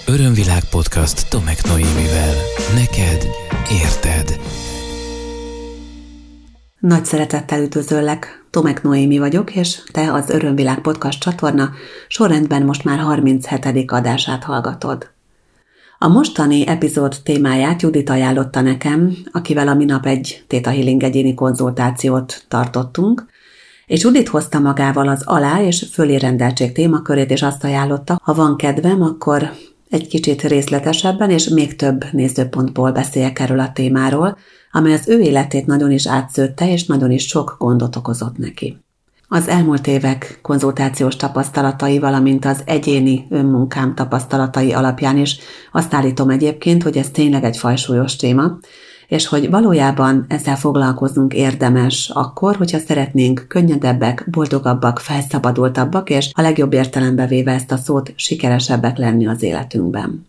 Örömvilág podcast Tomek Noémivel. Neked érted. Nagy szeretettel üdvözöllek, Tomek Noémi vagyok, és te az Örömvilág podcast csatorna sorrendben most már 37. adását hallgatod. A mostani epizód témáját Judit ajánlotta nekem, akivel a minap egy Theta Healing egyéni konzultációt tartottunk, és Judit hozta magával az alá- és fölérendeltség témakörét, és azt ajánlotta, ha van kedvem, akkor egy kicsit részletesebben és még több nézőpontból beszéljek erről a témáról, amely az ő életét nagyon is átszőtte, és nagyon is sok gondot okozott neki. Az elmúlt évek konzultációs tapasztalatai, valamint az egyéni önmunkám tapasztalatai alapján is azt állítom egyébként, hogy ez tényleg egy fajsúlyos téma, és hogy valójában ezzel foglalkoznunk érdemes akkor, hogyha szeretnénk könnyedebbek, boldogabbak, felszabadultabbak, és a legjobb értelembe véve ezt a szót sikeresebbek lenni az életünkben.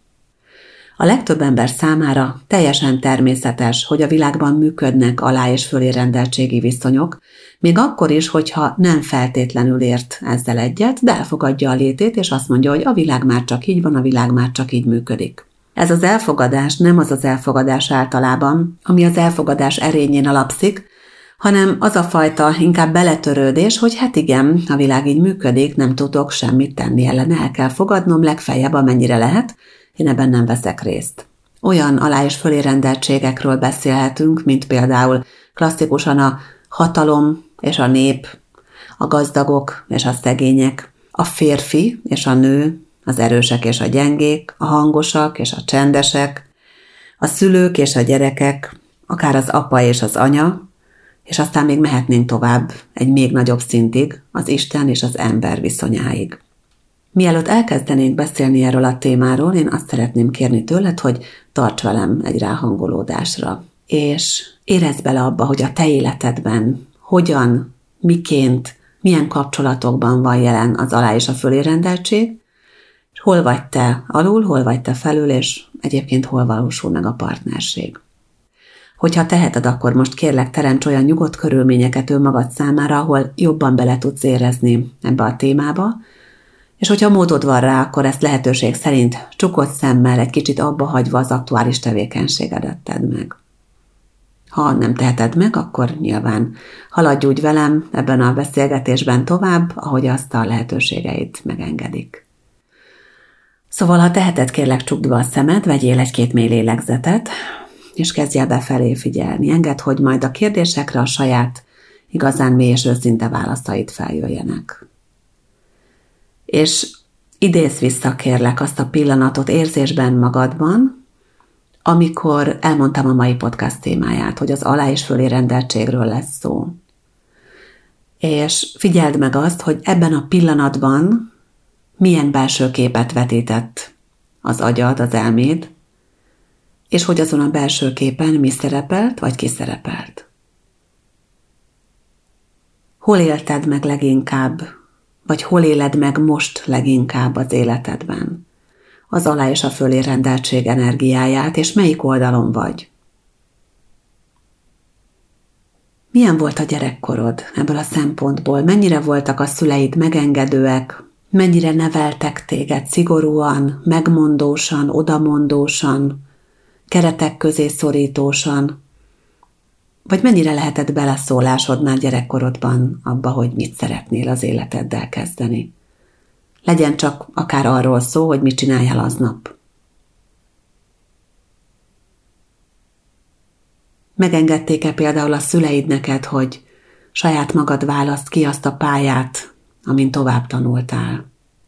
A legtöbb ember számára teljesen természetes, hogy a világban működnek alá- és fölérendeltségi viszonyok, még akkor is, hogyha nem feltétlenül ért ezzel egyet, de elfogadja a létét, és azt mondja, hogy a világ már csak így van, a világ már csak így működik. Ez az elfogadás nem az az elfogadás általában, ami az elfogadás erényén alapszik, hanem az a fajta inkább beletörődés, hogy hát igen, a világ így működik, nem tudok semmit tenni ellene, el kell fogadnom legfeljebb amennyire lehet, én ebben nem veszek részt. Olyan alá- és fölérendeltségekről beszélhetünk, mint például klasszikusan a hatalom és a nép, a gazdagok és a szegények, a férfi és a nő, az erősek és a gyengék, a hangosak és a csendesek, a szülők és a gyerekek, akár az apa és az anya, és aztán még mehetnénk tovább egy még nagyobb szintig, az Isten és az ember viszonyáig. Mielőtt elkezdenénk beszélni erről a témáról, én azt szeretném kérni tőled, hogy tarts velem egy ráhangolódásra, és érezd bele abba, hogy a te életedben hogyan, miként, milyen kapcsolatokban van jelen az alá- és a fölérendeltség, és hol vagy te alul, hol vagy te felül, és egyébként hol valósul meg a partnerség. Hogyha teheted, akkor most kérlek, teremts olyan nyugodt körülményeket önmagad számára, ahol jobban bele tudsz érezni ebbe a témába, és hogyha módod van rá, akkor ezt lehetőség szerint csukott szemmel, egy kicsit abba hagyva az aktuális tevékenységedet tedd meg. Ha nem teheted meg, akkor nyilván haladj úgy velem ebben a beszélgetésben tovább, ahogy azt a lehetőségeit megengedik. Szóval, ha teheted, kérlek, csukd be a szemed, vegyél egy-két mély lélegzetet, és kezdj el befelé figyelni. Engedd, hogy majd a kérdésekre a saját igazán mély és őszinte válaszait feljöjjenek. És idézz vissza, kérlek, azt a pillanatot érzésben magadban, amikor elmondtam a mai podcast témáját, hogy az alá- és fölérendeltségről lesz szó. És figyeld meg azt, hogy ebben a pillanatban milyen belső képet vetített az agyad, az elméd, és hogy azon a belső képen mi szerepelt, vagy ki szerepelt. Hol élted meg leginkább, vagy hol éled meg most leginkább az életedben az alá- és a fölérendeltség energiáját, és melyik oldalon vagy? Milyen volt a gyerekkorod ebből a szempontból? Mennyire voltak a szüleid megengedőek? Mennyire neveltek téged szigorúan, megmondósan, odamondósan, keretek közé szorítósan? Vagy mennyire lehetett beleszólásod már gyerekkorodban abba, hogy mit szeretnél az életeddel kezdeni? Legyen csak akár arról szó, hogy mit csináljál aznap. Megengedték-e például a szüleid neked, hogy saját magad választ ki azt a pályát, amin tovább tanultál?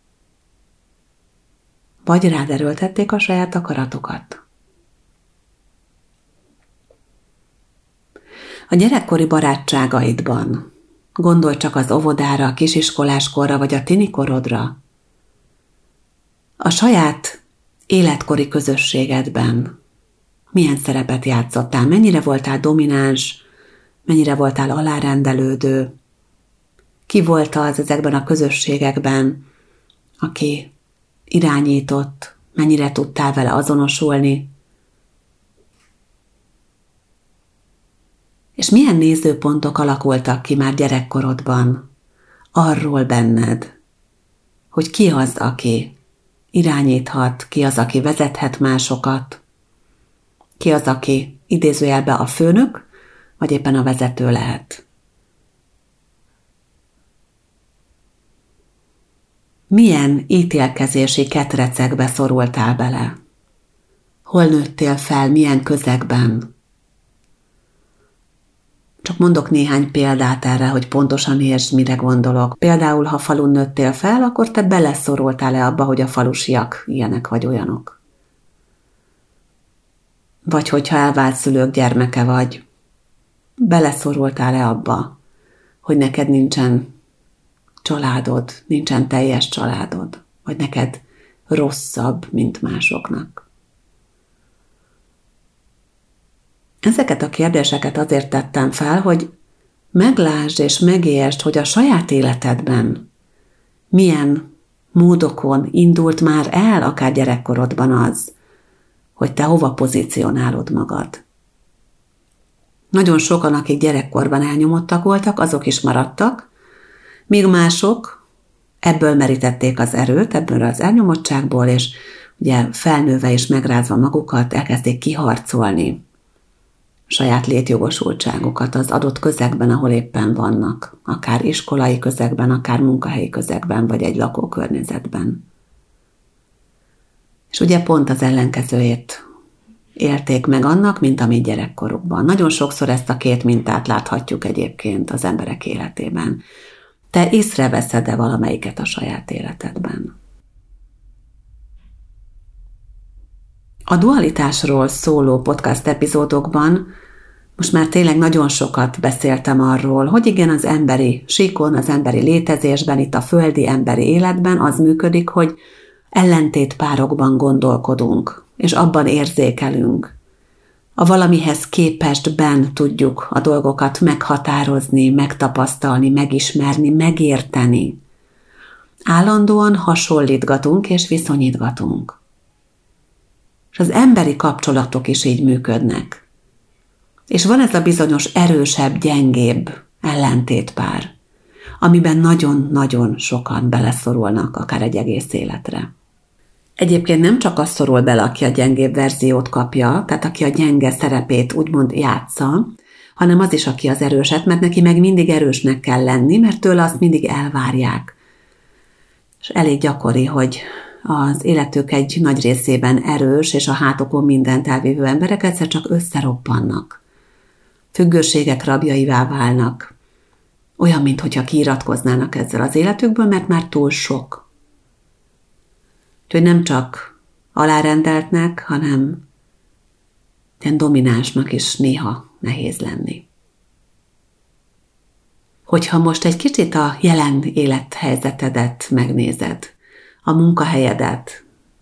Vagy rád erőltették a saját akaratokat? A gyerekkori barátságaidban, gondolj csak az óvodára, a kisiskoláskorra vagy a tinikorodra, a saját életkori közösségedben milyen szerepet játszottál, mennyire voltál domináns, mennyire voltál alárendelődő, ki volt az ezekben a közösségekben, aki irányított, mennyire tudtál vele azonosulni, és milyen nézőpontok alakultak ki már gyerekkorodban arról benned, hogy ki az, aki irányíthat, ki az, aki vezethet másokat, ki az, aki idézőjelben a főnök, vagy éppen a vezető lehet. Milyen ítélkezési ketrecekbe szorultál bele? Hol nőttél fel, milyen közegben? Csak mondok néhány példát erre, hogy pontosan értsd, mire gondolok. Például, ha falun nőttél fel, akkor te beleszorultál-e abba, hogy a falusiak ilyenek vagy olyanok? Vagy hogyha elvált szülők gyermeke vagy, beleszorultál-e abba, hogy neked nincsen családod, nincsen teljes családod, vagy neked rosszabb, mint másoknak? Ezeket a kérdéseket azért tettem fel, hogy meglásd és megértsd, hogy a saját életedben milyen módokon indult már el akár gyerekkorodban az, hogy te hova pozícionálod magad. Nagyon sokan, akik gyerekkorban elnyomottak voltak, azok is maradtak, míg mások ebből merítették az erőt, ebből az elnyomottságból, és ugye felnőve és megrázva magukat elkezdték kiharcolni saját létjogosultságokat az adott közegben, ahol éppen vannak, akár iskolai közegben, akár munkahelyi közegben, vagy egy lakókörnyezetben. És ugye pont az ellenkezőjét élték meg annak, mint ami gyerekkorukban. Nagyon sokszor ezt a két mintát láthatjuk egyébként az emberek életében. Te észreveszed-e valamelyiket a saját életedben? A dualitásról szóló podcast epizódokban most már tényleg nagyon sokat beszéltem arról, hogy igen, az emberi síkon, az emberi létezésben, itt a földi emberi életben az működik, hogy ellentétpárokban gondolkodunk, és abban érzékelünk. A valamihez képestben tudjuk a dolgokat meghatározni, megtapasztalni, megismerni, megérteni. Állandóan hasonlítgatunk és viszonyítgatunk. És az emberi kapcsolatok is így működnek. És van ez a bizonyos erősebb, gyengébb ellentétpár, amiben nagyon-nagyon sokan beleszorulnak akár egy egész életre. Egyébként nem csak az szorul bele, aki a gyengébb verziót kapja, tehát aki a gyenge szerepét úgymond játsza, hanem az is, aki az erőset, mert neki meg mindig erősnek kell lenni, mert tőle azt mindig elvárják. És elég gyakori, hogy az életük egy nagy részében erős, és a hátokon mindent elvívő emberek egyszer csak összeroppannak. Függőségek rabjaivá válnak. Olyan, mintha kiiratkoznának ezzel az életükből, mert már túl sok. Úgyhogy nem csak alárendeltnek, hanem ilyen dominánsnak is néha nehéz lenni. Hogyha most egy kicsit a jelen élethelyzetedet megnézed, a munkahelyedet,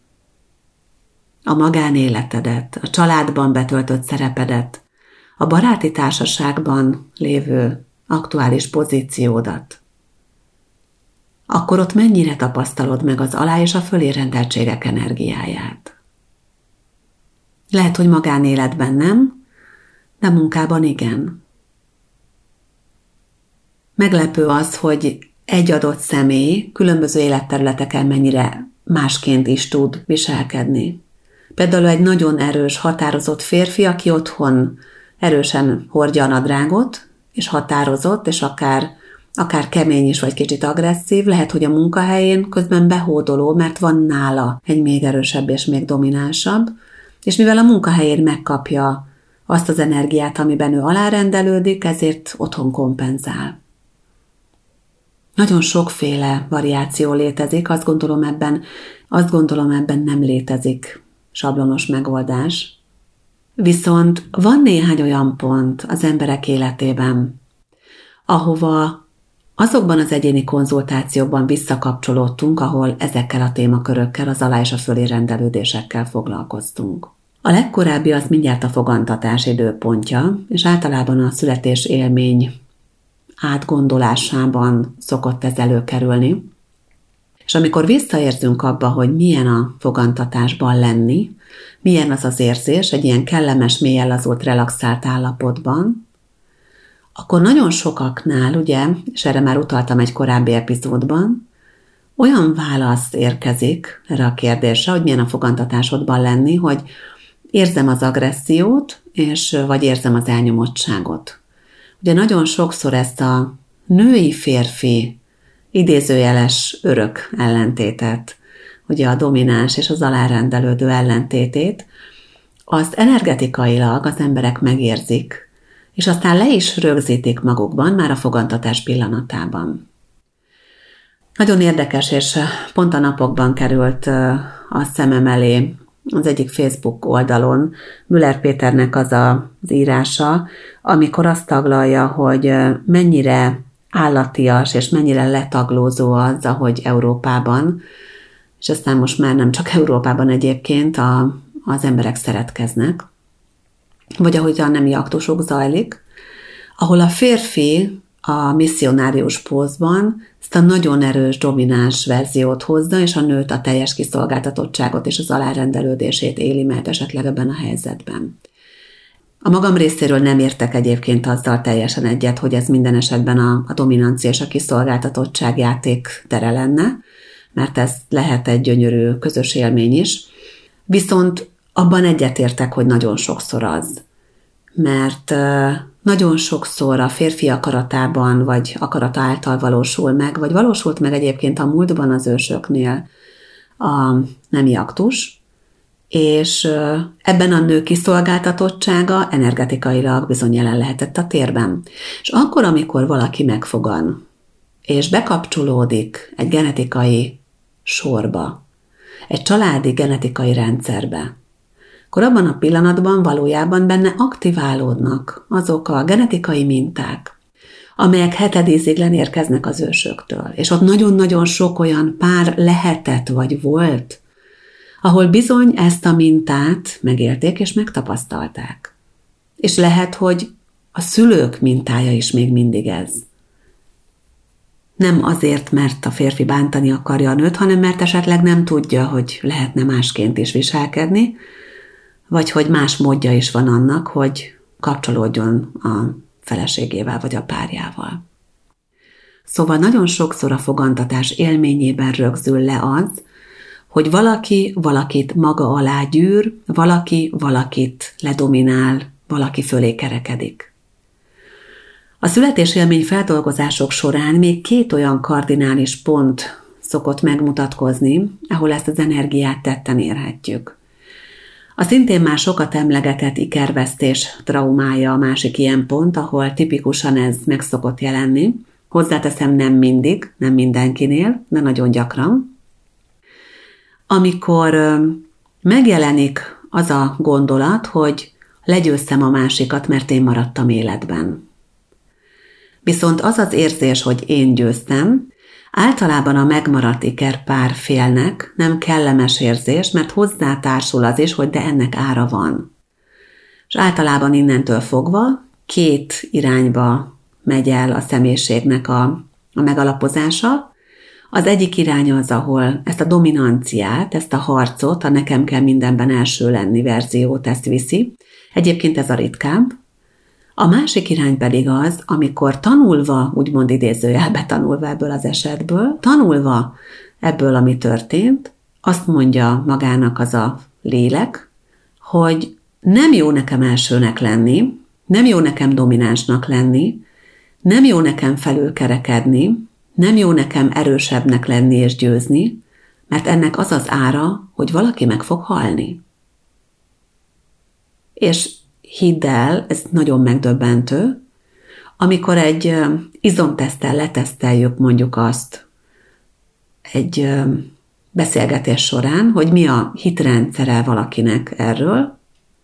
a magánéletedet, a családban betöltött szerepedet, a baráti társaságban lévő aktuális pozíciódat, akkor ott mennyire tapasztalod meg az alá- és a fölé rendeltségek energiáját? Lehet, hogy magánéletben nem, de munkában igen. Meglepő az, hogy egy adott személy különböző életterületeken mennyire másként is tud viselkedni. Például egy nagyon erős, határozott férfi, aki otthon erősen hordja a nadrágot, és határozott, és akár kemény is, vagy kicsit agresszív, lehet, hogy a munkahelyén közben behódoló, mert van nála egy még erősebb és még dominánsabb, és mivel a munkahelyén megkapja azt az energiát, amiben ő alárendelődik, ezért otthon kompenzál. Nagyon sokféle variáció létezik, azt gondolom ebben nem létezik sablonos megoldás. Viszont van néhány olyan pont az emberek életében, ahova azokban az egyéni konzultációkban visszakapcsolódtunk, ahol ezekkel a témakörökkel, az alá- és a fölé rendelődésekkel foglalkoztunk. A legkorábbi az mindjárt a fogantatás időpontja, és általában a születés élmény átgondolásában szokott ez előkerülni. És amikor visszaérzünk abba, hogy milyen a fogantatásban lenni, milyen az az érzés egy ilyen kellemes, mélyen lazult, relaxált állapotban, akkor nagyon sokaknál, ugye, és erre már utaltam egy korábbi epizódban, olyan válasz érkezik erre a kérdésre, hogy milyen a fogantatásodban lenni, hogy érzem az agressziót, vagy érzem az elnyomottságot. Ugye nagyon sokszor ezt a női-férfi idézőjeles örök ellentétet, ugye a domináns és az alárendelődő ellentétét, azt energetikailag az emberek megérzik, és aztán le is rögzítik magukban már a fogantatás pillanatában. Nagyon érdekes, és pont a napokban került a szemem elé az egyik Facebook oldalon Müller Péternek az írása, amikor azt taglalja, hogy mennyire állatias és mennyire letaglózó az, ahogy Európában, és aztán most már nem csak Európában egyébként az emberek szeretkeznek, vagy ahogy a nemi aktusuk zajlik, ahol a férfi a misszionárius pózban ezt a nagyon erős, domináns verziót hozza, és a nőt a teljes kiszolgáltatottságot és az alárendelődését éli meg esetleg ebben a helyzetben. A magam részéről nem értek egyébként azzal teljesen egyet, hogy ez minden esetben a dominancia és a kiszolgáltatottság játék tere lenne, mert ez lehet egy gyönyörű közös élmény is. Viszont abban egyetértek, hogy nagyon sokszor az. Mert nagyon sokszor a férfi akaratában, vagy akarata által valósul meg, vagy valósult meg egyébként a múltban az ősöknél a nemi aktus, és ebben a nő kiszolgáltatottsága energetikailag bizony jelen lehetett a térben. És akkor, amikor valaki megfogan, és bekapcsolódik egy genetikai sorba, egy családi genetikai rendszerbe, akkor abban a pillanatban valójában benne aktiválódnak azok a genetikai minták, amelyek hetedíziglen érkeznek az ősöktől. És ott nagyon-nagyon sok olyan pár lehetett vagy volt, ahol bizony ezt a mintát megélték és megtapasztalták. És lehet, hogy a szülők mintája is még mindig ez. Nem azért, mert a férfi bántani akarja a nőt, hanem mert esetleg nem tudja, hogy lehetne másként is viselkedni, vagy hogy más módja is van annak, hogy kapcsolódjon a feleségével vagy a párjával. Szóval nagyon sokszor a fogantatás élményében rögzül le az, hogy valaki valakit maga alá gyűr, valaki valakit ledominál, valaki fölé kerekedik. A születésélmény feldolgozások során még 2 olyan kardinális pont szokott megmutatkozni, ahol ezt az energiát tetten érhetjük. A szintén már sokat emlegetett ikervesztés traumája a másik ilyen pont, ahol tipikusan ez meg szokott jelenni. Hozzáteszem, nem mindig, nem mindenkinél, de nagyon gyakran. Amikor megjelenik az a gondolat, hogy legyőztem a másikat, mert én maradtam életben. Viszont az az érzés, hogy én győztem, általában a megmaradt ikerpár félnek, nem kellemes érzés, mert hozzátársul az is, hogy de ennek ára van. És általában innentől fogva 2 irányba megy el a személyiségnek a megalapozása. Az egyik irány az, ahol ezt a dominanciát, ezt a harcot, a nekem kell mindenben első lenni verziót, ezt viszi. Egyébként ez a ritkább. A másik irány pedig az, amikor tanulva, úgymond idézőjelbe tanulva ebből az esetből, tanulva ebből, ami történt, azt mondja magának az a lélek, hogy nem jó nekem elsőnek lenni, nem jó nekem dominánsnak lenni, nem jó nekem felülkerekedni, nem jó nekem erősebbnek lenni és győzni, mert ennek az az ára, hogy valaki meg fog halni. És hidd el, ez nagyon megdöbbentő, amikor egy izomteszttel leteszteljük mondjuk azt egy beszélgetés során, hogy mi a hitrendszere valakinek erről,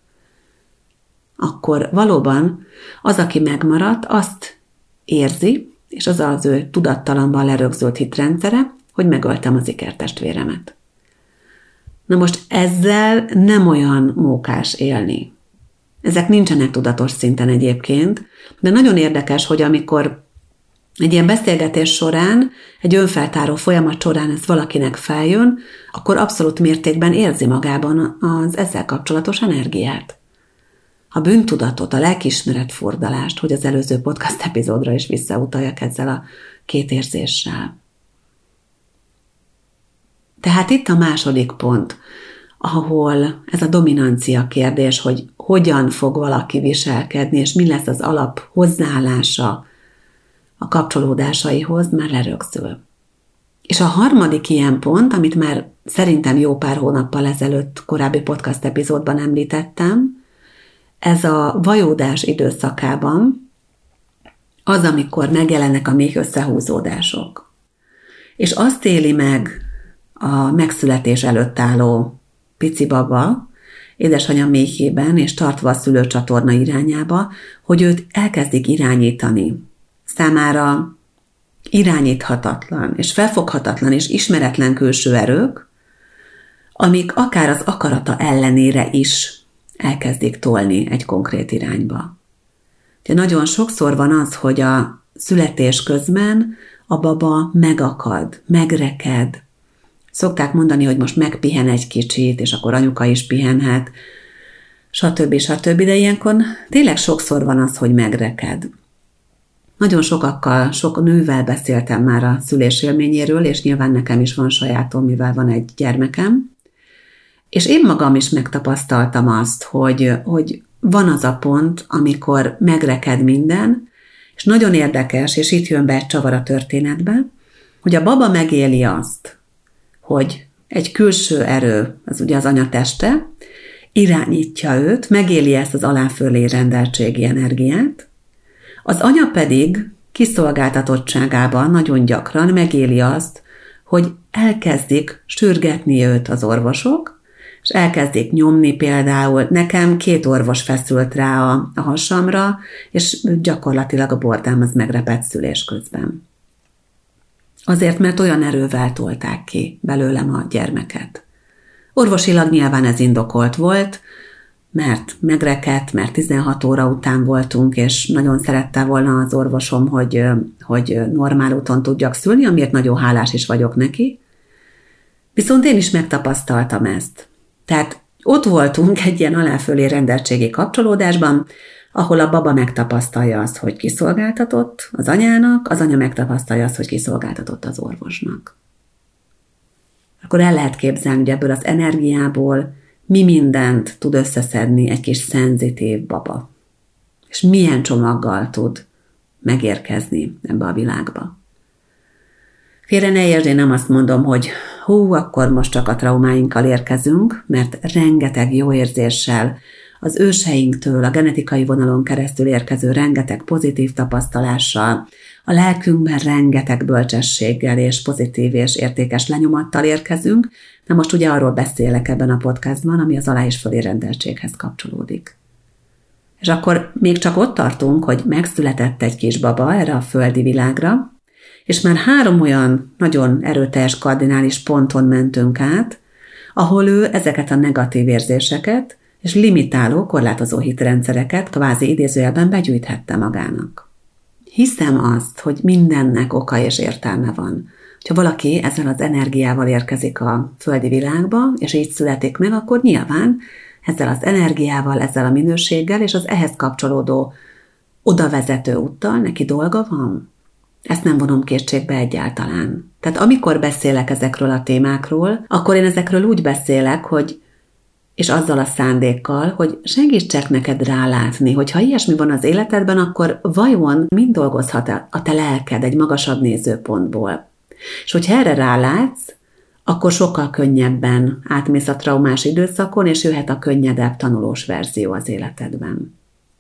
akkor valóban az, aki megmaradt, azt érzi, és az az ő tudattalanban lerögzült hitrendszere, hogy megöltem az ikertestvéremet. Na most ezzel nem olyan mókás élni. Ezek nincsenek tudatos szinten egyébként, de nagyon érdekes, hogy amikor egy ilyen beszélgetés során, egy önfeltáró folyamat során ez valakinek feljön, akkor abszolút mértékben érzi magában az ezzel kapcsolatos energiát. A bűntudatot, a lelkiismeret fordalást, hogy az előző podcast epizódra is visszautaljak ezzel a 2 érzéssel. Tehát itt a második pont, ahol ez a dominancia kérdés, hogy hogyan fog valaki viselkedni, és mi lesz az alap hozzáállása a kapcsolódásaihoz, már lerögzül. És a harmadik ilyen pont, amit már szerintem jó pár hónappal ezelőtt korábbi podcast epizódban említettem, ez a vajódás időszakában az, amikor megjelennek a méh összehúzódások. És azt éli meg a megszületés előtt álló pici baba, édesanyja méhében és tartva a szülőcsatorna irányába, hogy őt elkezdik irányítani. Számára irányíthatatlan és felfoghatatlan és ismeretlen külső erők, amik akár az akarata ellenére is elkezdik tolni egy konkrét irányba. De nagyon sokszor van az, hogy a születés közben a baba megakad, megreked. Szokták mondani, hogy most megpihen egy kicsit, és akkor anyuka is pihenhet, stb. De ilyenkor tényleg sokszor van az, hogy megreked. Nagyon sok nővel beszéltem már a szülés élményéről, és nyilván nekem is van sajátom, mivel van egy gyermekem. És én magam is megtapasztaltam azt, hogy van az a pont, amikor megreked minden, és nagyon érdekes, és itt jön be egy csavar a történetbe, hogy a baba megéli azt, hogy egy külső erő, az ugye az anya teste, irányítja őt, megéli ezt az aláfölé rendeltségi energiát, az anya pedig kiszolgáltatottságában nagyon gyakran megéli azt, hogy elkezdik sürgetni őt az orvosok, és elkezdik nyomni például. Nekem 2 orvos feszült rá a hasamra, és gyakorlatilag a bordám az megrepett szülés közben. Azért, mert olyan erővel tolták ki belőlem a gyermeket. Orvosilag nyilván ez indokolt volt, mert megrekedt, mert 16 óra után voltunk, és nagyon szerette volna az orvosom, hogy normál úton tudjak szülni, amiért nagyon hálás is vagyok neki. Viszont én is megtapasztaltam ezt. Tehát ott voltunk egy ilyen aláfölé rendeltségi kapcsolódásban, ahol a baba megtapasztalja azt, hogy kiszolgáltatott az anyának, az anya megtapasztalja azt, hogy kiszolgáltatott az orvosnak. Akkor el lehet képzelni, hogy ebből az energiából mi mindent tud összeszedni egy kis szenzitív baba. És milyen csomaggal tud megérkezni ebbe a világba. Félre ne értsd, én nem azt mondom, hogy akkor most csak a traumáinkkal érkezünk, mert rengeteg jó érzéssel, az őseinktől, a genetikai vonalon keresztül érkező rengeteg pozitív tapasztalással, a lelkünkben rengeteg bölcsességgel és pozitív és értékes lenyomattal érkezünk, de most ugye arról beszélek ebben a podcastban, ami az alá- és fölé rendeltséghez kapcsolódik. És akkor még csak ott tartunk, hogy megszületett egy kis baba erre a földi világra, és már 3 olyan nagyon erőteljes kardinális ponton mentünk át, ahol ő ezeket a negatív érzéseket és limitáló, korlátozó hitrendszereket kvázi idézőjelben begyűjthette magának. Hiszem azt, hogy mindennek oka és értelme van. Ha valaki ezzel az energiával érkezik a földi világba, és így születik meg, akkor nyilván ezzel az energiával, ezzel a minőséggel és az ehhez kapcsolódó odavezető úttal neki dolga van. Ezt nem vonom kétségbe egyáltalán. Tehát amikor beszélek ezekről a témákról, akkor én ezekről úgy beszélek, és azzal a szándékkal, hogy segítsek neked rálátni, hogy ha ilyesmi van az életedben, akkor vajon mind dolgozhat a te lelked egy magasabb nézőpontból. És hogyha erre rálátsz, akkor sokkal könnyebben átmész a traumás időszakon, és jöhet a könnyedebb tanulós verzió az életedben.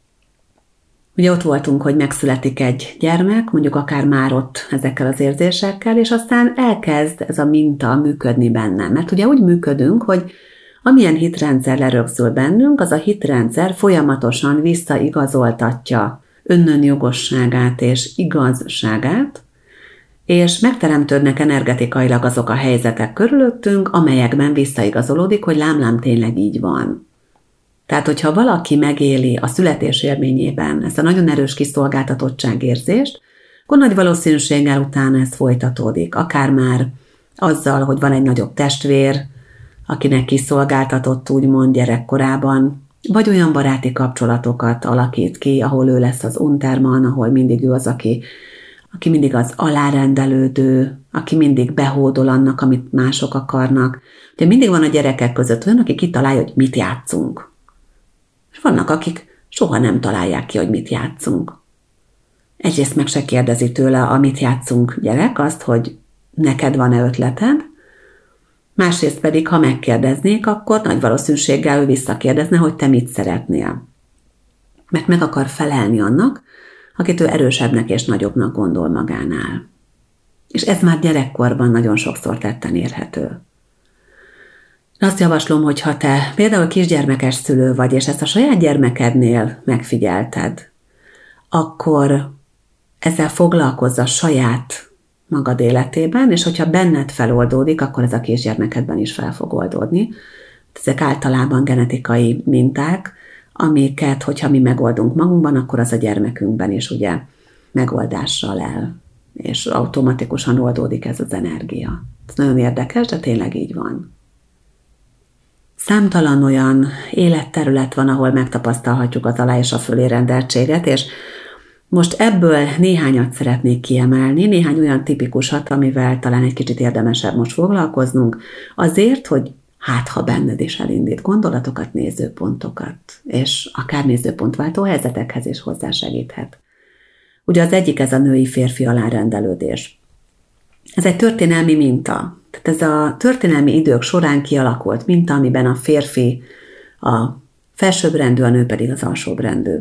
Ugye ott voltunk, hogy megszületik egy gyermek, mondjuk akár már ott ezekkel az érzésekkel, és aztán elkezd ez a minta működni bennem. Mert ugye úgy működünk, hogy amilyen hitrendszer lerögzül bennünk, az a hitrendszer folyamatosan visszaigazoltatja önnönjogosságát és igazságát, és megteremtődnek energetikailag azok a helyzetek körülöttünk, amelyekben visszaigazolódik, hogy lám tényleg így van. Tehát, hogyha valaki megéli a születés élményében ezt a nagyon erős kiszolgáltatottságérzést, akkor nagy valószínűséggel utána ez folytatódik. Akár már azzal, hogy van egy nagyobb testvér, akinek kiszolgáltatott úgymond gyerekkorában, vagy olyan baráti kapcsolatokat alakít ki, ahol ő lesz az Unterman, ahol mindig ő az, aki aki mindig az alárendelődő, aki mindig behódol annak, amit mások akarnak. Ugye mindig van a gyerekek között olyan, aki kitalálja, hogy mit játszunk. És vannak, akik soha nem találják ki, hogy mit játszunk. Egyrészt meg se kérdezi tőle a mit játszunk gyerek azt, hogy neked van-e ötleted, másrészt pedig, ha megkérdeznék, akkor nagy valószínűséggel ő visszakérdezne, hogy te mit szeretnél. Mert meg akar felelni annak, akit ő erősebbnek és nagyobbnak gondol magánál. És ez már gyerekkorban nagyon sokszor tetten érhető. Azt javaslom, hogy ha te például kisgyermekes szülő vagy, és ezt a saját gyermekednél megfigyelted, akkor ezzel foglalkozz a saját magad életében, és hogyha benned feloldódik, akkor ez a kisgyermekedben is fel fog oldódni. Ezek általában genetikai minták, amiket, hogyha mi megoldunk magunkban, akkor az a gyermekünkben is ugye megoldással el, és automatikusan oldódik ez az energia. Ez nagyon érdekes, de tényleg így van. Számtalan olyan életterület van, ahol megtapasztalhatjuk az alá és a fölé rendeltséget, és most ebből néhányat szeretnék kiemelni, néhány olyan tipikusat, amivel talán egy kicsit érdemesebb most foglalkoznunk, azért, hogy ha benned is elindít gondolatokat, nézőpontokat, és akár nézőpontváltó helyzetekhez is hozzásegíthet. Ugye az egyik ez a női-férfi alárendelődés. Ez egy történelmi minta. Tehát ez a történelmi idők során kialakult minta, amiben a férfi a felsőbbrendű, a nő pedig az alsóbbrendű.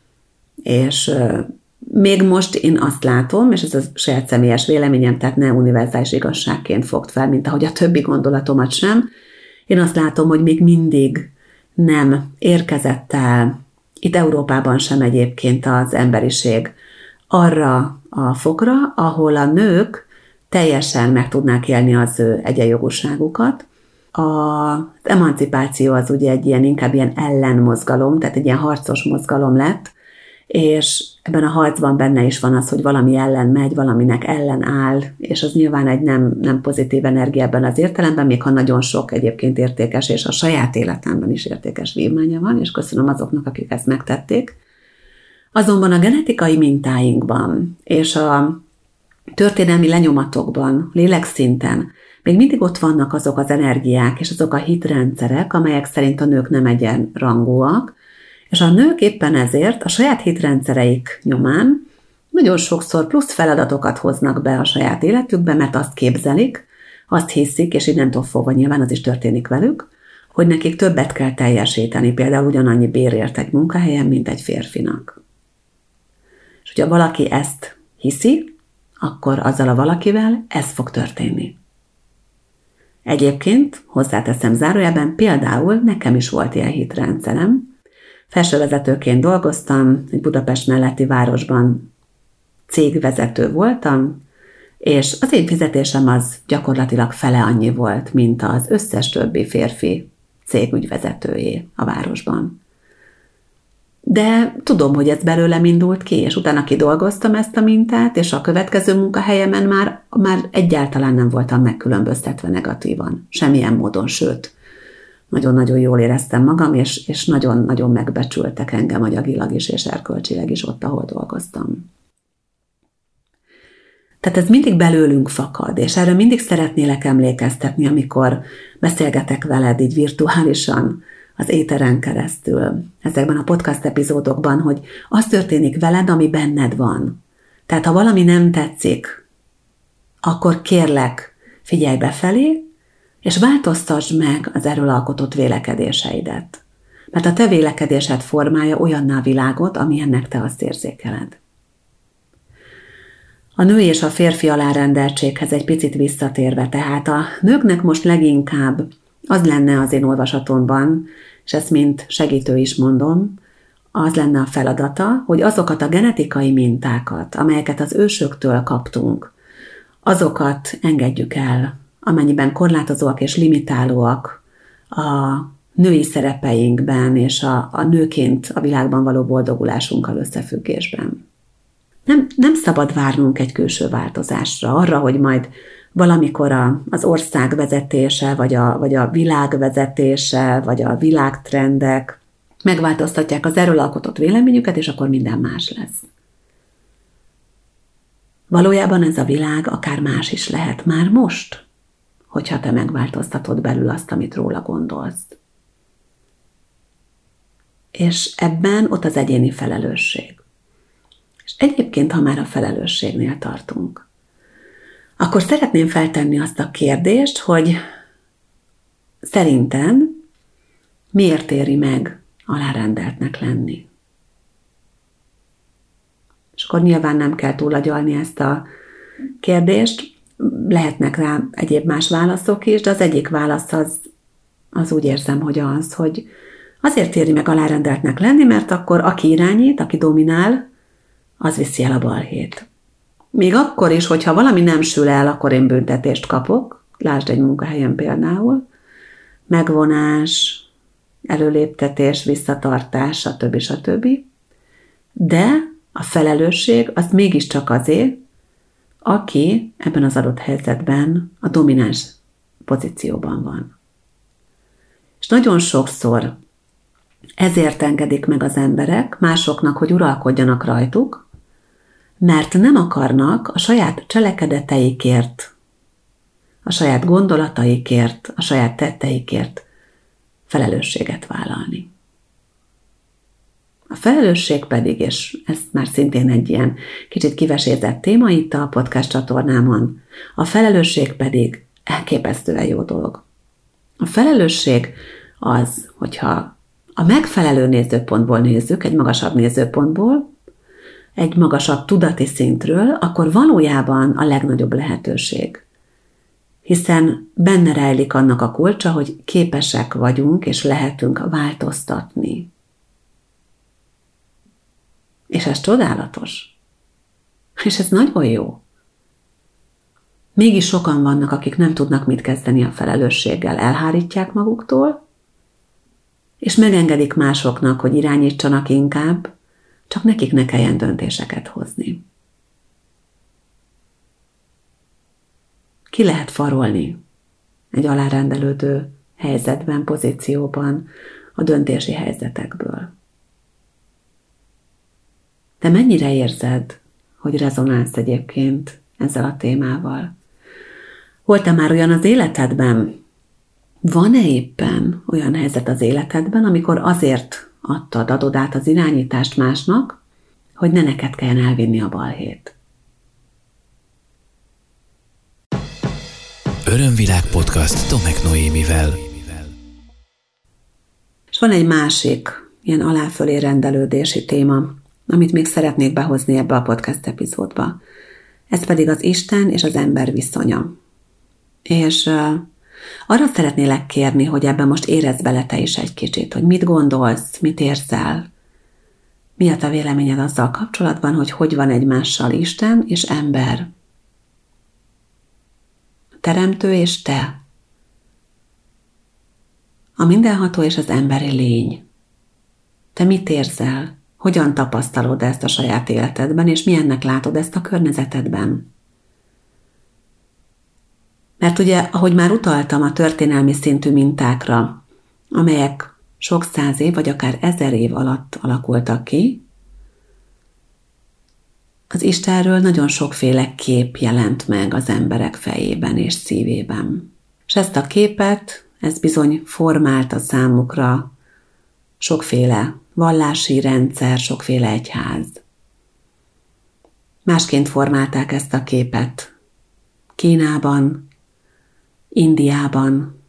És még most én azt látom, és ez a saját személyes véleményem, tehát ne univerzális igazságként fogd fel, mint ahogy a többi gondolatomat sem. Én azt látom, hogy még mindig nem érkezett el, itt Európában sem egyébként az emberiség, arra a fokra, ahol a nők teljesen meg tudnák élni az ő egyenjogúságukat. Az emancipáció az ugye egy inkább ilyen ellenmozgalom, tehát egy ilyen harcos mozgalom lett, és ebben a harcban benne is van az, hogy valami ellen megy, valaminek ellen áll, és az nyilván egy nem pozitív energia ebben az értelemben, még ha nagyon sok egyébként értékes, és a saját életemben is értékes vívmánya van, és köszönöm azoknak, akik ezt megtették. Azonban a genetikai mintáinkban, és a történelmi lenyomatokban, lélekszinten még mindig ott vannak azok az energiák, és azok a hitrendszerek, amelyek szerint a nők nem egyenrangúak, és a nők éppen ezért a saját hitrendszereik nyomán nagyon sokszor plusz feladatokat hoznak be a saját életükbe, mert azt képzelik, azt hiszik, és innentől fogva nyilván az is történik velük, hogy nekik többet kell teljesíteni, például ugyanannyi bérért egy munkahelyen, mint egy férfinak. És hogyha valaki ezt hiszi, akkor azzal a valakivel ez fog történni. Egyébként, hozzáteszem zárójelben, például nekem is volt ilyen hitrendszerem. Felsővezetőként dolgoztam, egy Budapest melletti városban cégvezető voltam, és az én fizetésem az gyakorlatilag fele annyi volt, mint az összes többi férfi cégügyvezetőjé a városban. De tudom, hogy ez belőlem indult ki, és utána kidolgoztam ezt a mintát, és a következő munkahelyemen már egyáltalán nem voltam megkülönböztetve negatívan. Semmilyen módon, sőt, nagyon-nagyon jól éreztem magam, és nagyon-nagyon megbecsültek engem anyagilag is, és erkölcsileg is ott, ahol dolgoztam. Tehát ez mindig belőlünk fakad, és erre mindig szeretnélek emlékeztetni, amikor beszélgetek veled így virtuálisan, az éteren keresztül, ezekben a podcast epizódokban, hogy az történik veled, ami benned van. Tehát ha valami nem tetszik, akkor kérlek, figyelj befelé, és változtasd meg az erről alkotott vélekedéseidet. Mert a te vélekedésed formálja olyanná a világot, amilyennek te azt érzékeled. A női és a férfi alárendeltséghez egy picit visszatérve, tehát a nőknek most leginkább az lenne az én olvasatomban, és ezt mint segítő is mondom, az lenne a feladata, hogy azokat a genetikai mintákat, amelyeket az ősöktől kaptunk, azokat engedjük el, amennyiben korlátozóak és limitálóak a női szerepeinkben és a nőként a világban való boldogulásunkkal összefüggésben. Nem szabad várnunk egy külső változásra, arra, hogy majd valamikor az ország vezetése, vagy a világ vezetése, vagy a világtrendek megváltoztatják az erről alkotott véleményüket, és akkor minden más lesz. Valójában ez a világ akár más is lehet már most, hogyha te megváltoztatod belül azt, amit róla gondolsz. És ebben ott az egyéni felelősség. És egyébként, ha már a felelősségnél tartunk, akkor szeretném feltenni azt a kérdést, hogy szerintem miért éri meg alárendeltnek lenni? És akkor nyilván nem kell túlagyalni ezt a kérdést, lehetnek rá egyéb más válaszok is, de az egyik válasz az úgy érzem, hogy azért éri meg alárendeltnek lenni, mert akkor aki irányít, aki dominál, az viszi el a balhét. Még akkor is, hogyha valami nem sül el, akkor én büntetést kapok, lásd egy munkahelyen például, megvonás, előléptetés, visszatartás, stb. De a felelősség az mégiscsak azé, aki ebben az adott helyzetben a domináns pozícióban van. És nagyon sokszor ezért engedik meg az emberek másoknak, hogy uralkodjanak rajtuk, mert nem akarnak a saját cselekedeteikért, a saját gondolataikért, a saját tetteikért felelősséget vállalni. A felelősség pedig, és ez már szintén egy ilyen kicsit kivesézett téma itt a podcast csatornámon, a felelősség pedig elképesztően jó dolog. A felelősség az, hogyha a megfelelő nézőpontból nézzük, egy magasabb nézőpontból, egy magasabb tudati szintről, akkor valójában a legnagyobb lehetőség. Hiszen benne rejlik annak a kulcsa, hogy képesek vagyunk és lehetünk változtatni. És ez csodálatos. És ez nagyon jó. Mégis sokan vannak, akik nem tudnak mit kezdeni a felelősséggel, elhárítják maguktól, és megengedik másoknak, hogy irányítsanak inkább, csak nekik ne kelljen döntéseket hozni. Ki lehet farolni egy alárendelődő helyzetben, pozícióban, a döntési helyzetekből. Te mennyire érzed, hogy rezonálsz egyébként ezzel a témával? Volt-e már olyan az életedben? Van-e éppen olyan helyzet az életedben, amikor azért adod át az irányítást másnak, hogy ne neked kelljen elvinni a balhét? Örömvilág podcast Tomek Noémivel. És van egy másik ilyen aláfölé rendelődési téma, amit még szeretnék behozni ebbe a podcast epizódba. Ez pedig az Isten és az ember viszonya. És arra szeretnélek kérni, hogy ebben most érezd bele te is egy kicsit, hogy mit gondolsz, mit érzel, mi a te véleményed azzal kapcsolatban, hogy van egymással Isten és ember. A teremtő és te. A mindenható és az emberi lény. Te mit érzel? Hogyan tapasztalod ezt a saját életedben, és milyennek látod ezt a környezetedben? Mert ugye, ahogy már utaltam a történelmi szintű mintákra, amelyek sok száz év, vagy akár 1000 év alatt alakultak ki, az Istenről nagyon sokféle kép jelent meg az emberek fejében és szívében. És ezt a képet, ez bizony formálta számukra sokféle vallási rendszer, sokféle egyház. Másként formálták ezt a képet Kínában, Indiában,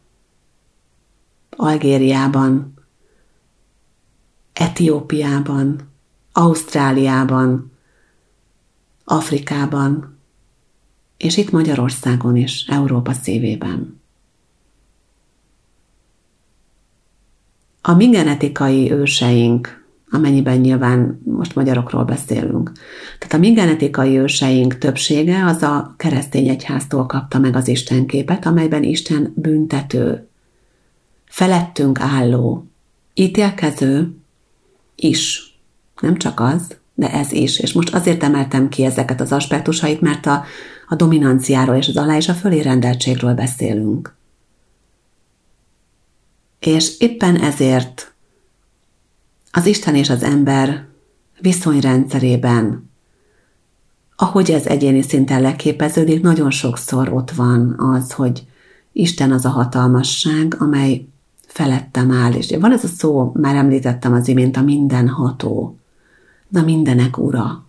Algériában, Etiópiában, Ausztráliában, Afrikában, és itt Magyarországon is, Európa szívében. A mi genetikai őseink, amennyiben nyilván most magyarokról beszélünk, tehát a mi genetikai őseink többsége az a keresztény egyháztól kapta meg az istenképet, amelyben Isten büntető, felettünk álló, ítélkező is. Nem csak az, de ez is. És most azért emeltem ki ezeket az aspektusait, mert a dominanciáról és az alá és a fölé rendeltségről beszélünk. És éppen ezért az Isten és az ember viszonyrendszerében ahogy ez egyéni szinten leképeződik, nagyon sokszor ott van az, hogy Isten az a hatalmasság, amely felettem áll. És van ez a szó, már említettem az imént, a mindenható, de a mindenek ura.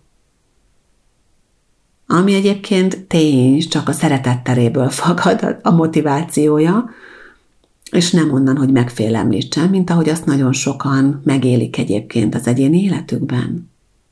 Ami egyébként tény, csak a szeretet teréből fakad a motivációja, és nem onnan, hogy megfélemlítsen, mint ahogy azt nagyon sokan megélik egyébként az egyéni életükben.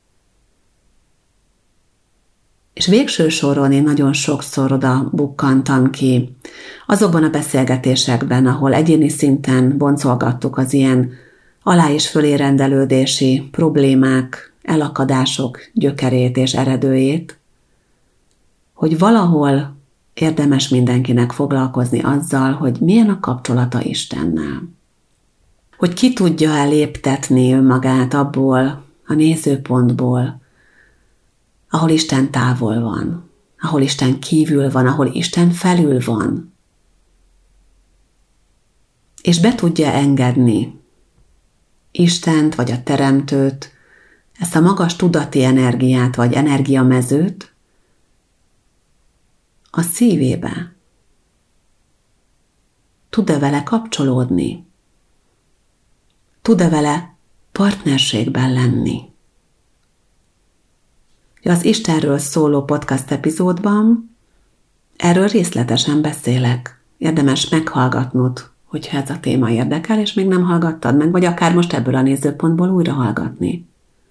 És végső soron én nagyon sokszor oda bukkantam ki azokban a beszélgetésekben, ahol egyéni szinten boncolgattuk az ilyen alá- és fölé rendelődési problémák, elakadások gyökerét és eredőjét, hogy valahol érdemes mindenkinek foglalkozni azzal, hogy milyen a kapcsolata Istennel. Hogy ki tudja eléptetni önmagát abból a nézőpontból, ahol Isten távol van, ahol Isten kívül van, ahol Isten felül van. És be tudja engedni Istent vagy a Teremtőt, ezt a magas tudati energiát vagy energiamezőt a szívébe. Tud-e vele kapcsolódni? Tud-e vele partnerségben lenni? Az Istenről szóló podcast epizódban erről részletesen beszélek. Érdemes meghallgatnod, hogyha ez a téma érdekel, és még nem hallgattad meg, vagy akár most ebből a nézőpontból újra hallgatni.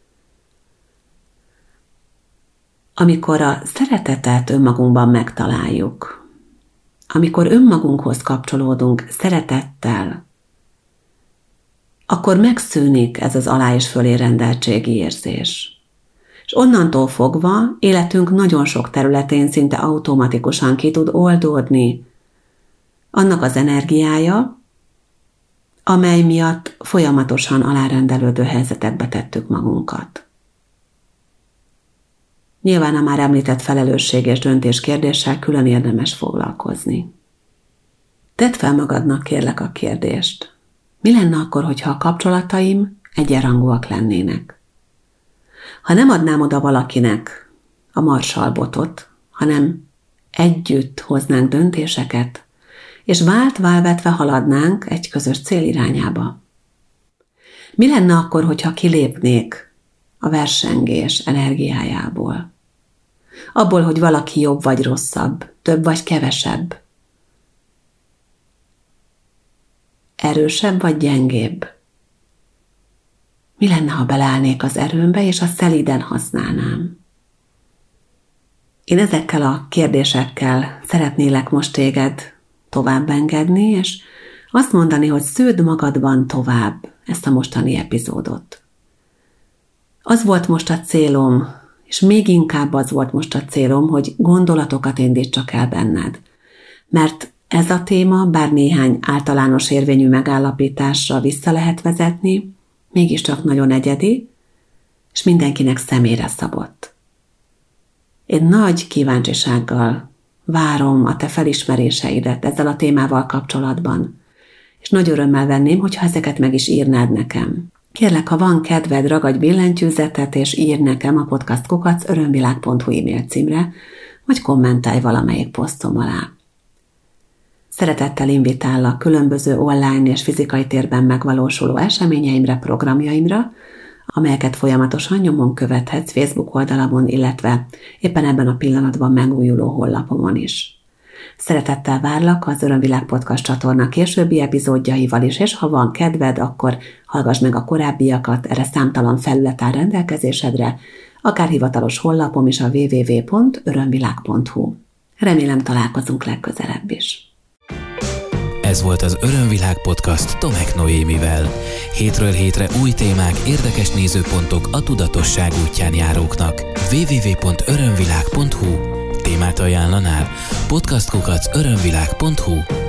Amikor a szeretetet önmagunkban megtaláljuk, amikor önmagunkhoz kapcsolódunk szeretettel, akkor megszűnik ez az alá- és fölé rendeltségi érzés. És onnantól fogva életünk nagyon sok területén szinte automatikusan ki tud oldódni annak az energiája, amely miatt folyamatosan alárendelődő helyzetekbe tettük magunkat. Nyilván a már említett felelősség és döntés kérdéssel külön érdemes foglalkozni. Tedd fel magadnak kérlek a kérdést. Mi lenne akkor, hogyha a kapcsolataim egyenrangúak lennének? Ha nem adnám oda valakinek a marsalbotot, hanem együtt hoznánk döntéseket, és válvetve haladnánk egy közös cél irányába. Mi lenne akkor, hogyha kilépnék a versengés energiájából? Abból, hogy valaki jobb vagy rosszabb, több vagy kevesebb, erősebb vagy gyengébb? Mi lenne, ha beleállnék az erőmbe, és azt szelíden használnám? Én ezekkel a kérdésekkel szeretnélek most téged tovább engedni, és azt mondani, hogy sződ magadban tovább ezt a mostani epizódot. Az volt most a célom, és még inkább az volt most a célom, hogy gondolatokat indítsak el benned. Mert ez a téma, bár néhány általános érvényű megállapításra vissza lehet vezetni, mégiscsak nagyon egyedi, és mindenkinek személyre szabott. Én nagy kíváncsisággal várom a te felismeréseidet ezzel a témával kapcsolatban, és nagy örömmel venném, hogyha ezeket meg is írnád nekem. Kérlek, ha van kedved, ragadj billentyűzetet, és írj nekem a podcast@örömvilág.hu e-mail címre, vagy kommentálj valamelyik posztom alá. Szeretettel invitállak különböző online és fizikai térben megvalósuló eseményeimre, programjaimra, amelyeket folyamatosan nyomon követhetsz Facebook oldalamon, illetve éppen ebben a pillanatban megújuló honlapomon is. Szeretettel várlak az Örömvilág Podcast csatorna későbbi epizódjaival is, és ha van kedved, akkor hallgass meg a korábbiakat, erre számtalan felület áll rendelkezésedre, akár hivatalos honlapom is a www.örömvilág.hu. Remélem találkozunk legközelebb is. Ez volt az Örömvilág Podcast Tomek Noémivel. Hétről hétre új témák, érdekes nézőpontok a tudatosság útján járóknak. www.örömvilág.hu. Témát ajánlanál? podcast@örömvilág.hu.